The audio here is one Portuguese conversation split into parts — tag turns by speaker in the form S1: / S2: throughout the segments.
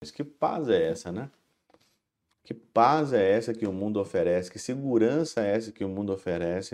S1: Que paz é essa, né? Que paz é essa que o mundo oferece? Que segurança é essa que o mundo oferece?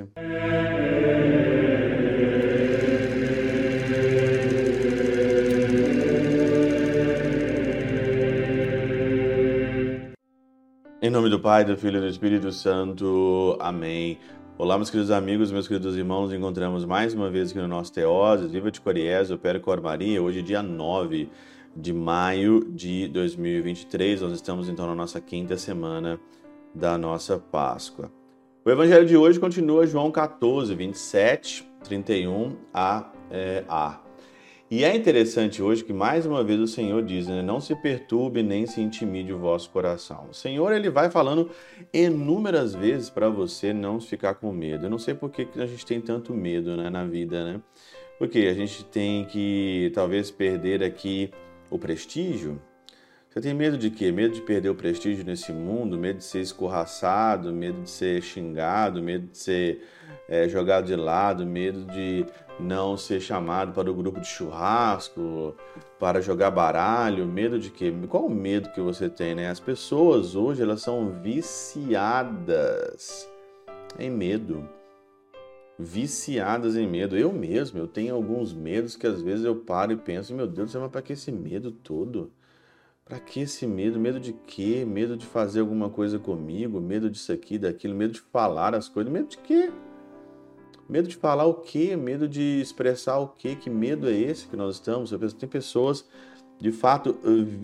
S1: Em nome do Pai, do Filho e do Espírito Santo. Amém. Olá, meus queridos amigos, meus queridos irmãos. Nos encontramos mais uma vez aqui no nosso Teoses. Viva de Coriés, Opera Cor Maria. Hoje, dia 9 de maio de 2023. Nós estamos, então, na nossa quinta semana da nossa Páscoa. O evangelho de hoje continua João 14, 27, 31a. E é interessante hoje que, mais uma vez, o Senhor diz, né? Não se perturbe nem se intimide o vosso coração. O Senhor, ele vai falando inúmeras vezes para você não ficar com medo. Eu não sei por que a gente tem tanto medo, né, na vida, né? Porque a gente tem que, talvez, perder aqui o prestígio. Você tem medo de quê? Medo de perder o prestígio nesse mundo? Medo de ser escorraçado? Medo de ser xingado? Medo de ser jogado de lado? Medo de não ser chamado para o grupo de churrasco? Para jogar baralho? Medo de quê? Qual o medo que você tem, né? As pessoas hoje, elas são viciadas em medo. Viciadas em medo. Eu mesmo, eu tenho alguns medos que às vezes eu paro e penso, meu Deus do céu, mas para que esse medo todo? Pra que esse medo? Medo de quê? Medo de fazer alguma coisa comigo? Medo disso aqui, daquilo? Medo de falar as coisas? Medo de quê? Medo de falar o quê? Medo de expressar o quê? Que medo é esse que nós estamos? Tem pessoas, de fato,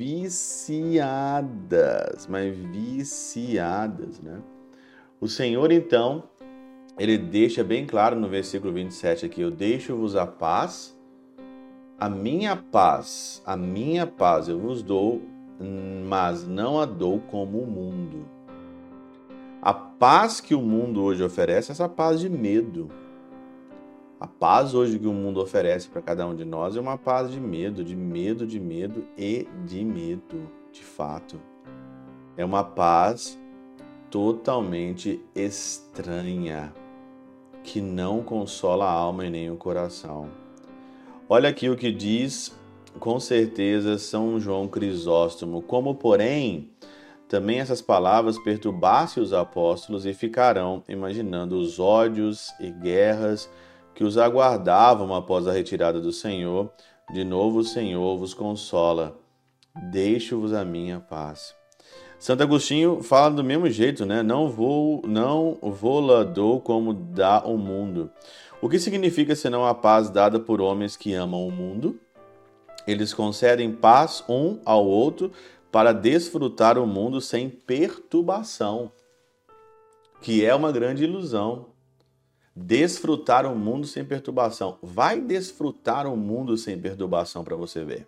S1: viciadas, mas viciadas, né? O Senhor, então, ele deixa bem claro no versículo 27 aqui, eu deixo-vos a paz eu vos dou, mas não a dou como o mundo. A paz que o mundo hoje oferece é essa paz de medo. A paz hoje que o mundo oferece para cada um de nós é uma paz de medo e de medo, de fato. É uma paz totalmente estranha, que não consola a alma e nem o coração. Olha aqui o que diz, com certeza, São João Crisóstomo. Como, porém, também essas palavras perturbassem os apóstolos e ficarão imaginando os ódios e guerras que os aguardavam após a retirada do Senhor. De novo o Senhor vos consola. Deixo-vos a minha paz. Santo Agostinho fala do mesmo jeito, né? Não vou-la dou como dá o mundo. O que significa senão a paz dada por homens que amam o mundo? Eles concedem paz um ao outro para desfrutar o mundo sem perturbação, que é uma grande ilusão. Desfrutar o mundo sem perturbação. Vai desfrutar o mundo sem perturbação para você ver.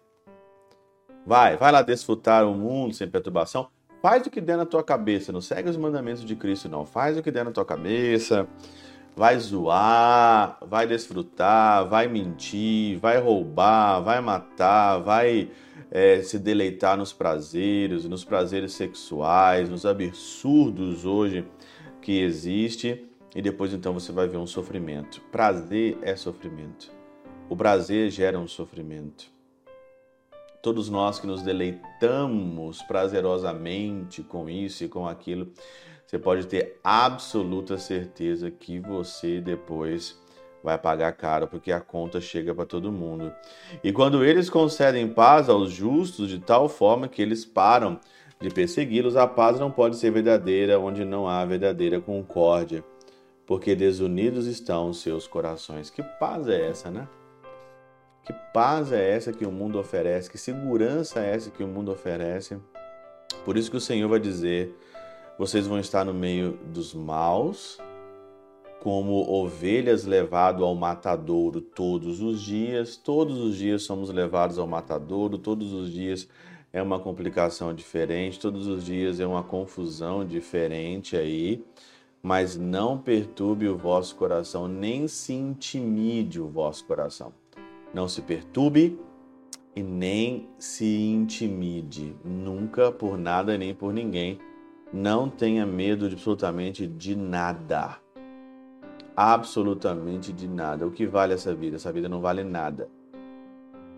S1: Vai lá desfrutar o mundo sem perturbação. Faz o que der na tua cabeça, não segue os mandamentos de Cristo, não. Faz o que der na tua cabeça, vai zoar, vai desfrutar, vai mentir, vai roubar, vai matar, vai se deleitar nos prazeres sexuais, nos absurdos hoje que existe, e depois então você vai ver um sofrimento. Prazer é sofrimento. O prazer gera um sofrimento. Todos nós que nos deleitamos prazerosamente com isso e com aquilo, você pode ter absoluta certeza que você depois vai pagar caro, porque a conta chega para todo mundo. E quando eles concedem paz aos justos de tal forma que eles param de persegui-los, a paz não pode ser verdadeira onde não há verdadeira concórdia, porque desunidos estão os seus corações. Que paz é essa, né? Que paz é essa que o mundo oferece? Que segurança é essa que o mundo oferece? Por isso que o Senhor vai dizer, vocês vão estar no meio dos maus, como ovelhas levadas ao matadouro todos os dias somos levados ao matadouro, todos os dias é uma complicação diferente, todos os dias é uma confusão diferente aí, mas não perturbe o vosso coração, nem se intimide o vosso coração. Não se perturbe e nem se intimide, nunca por nada nem por ninguém. Não tenha medo de absolutamente de nada. Absolutamente de nada. O que vale essa vida? Essa vida não vale nada.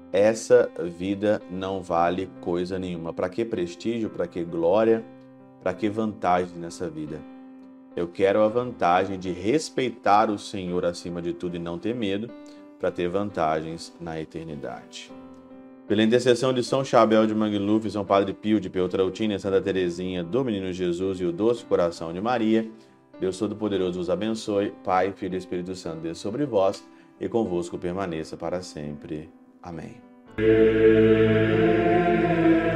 S1: essa vida não vale coisa nenhuma. Para que prestígio, para que glória, para que vantagem nessa vida? Eu quero a vantagem de respeitar o Senhor acima de tudo e não ter medo, para ter vantagens na eternidade. Pela intercessão de São Chabel de Mangluf, São Padre Pio de Peltrautina, Santa Teresinha do Menino Jesus e o Doce Coração de Maria, Deus Todo-Poderoso os abençoe, Pai, Filho e Espírito Santo, Deus sobre vós e convosco permaneça para sempre. Amém.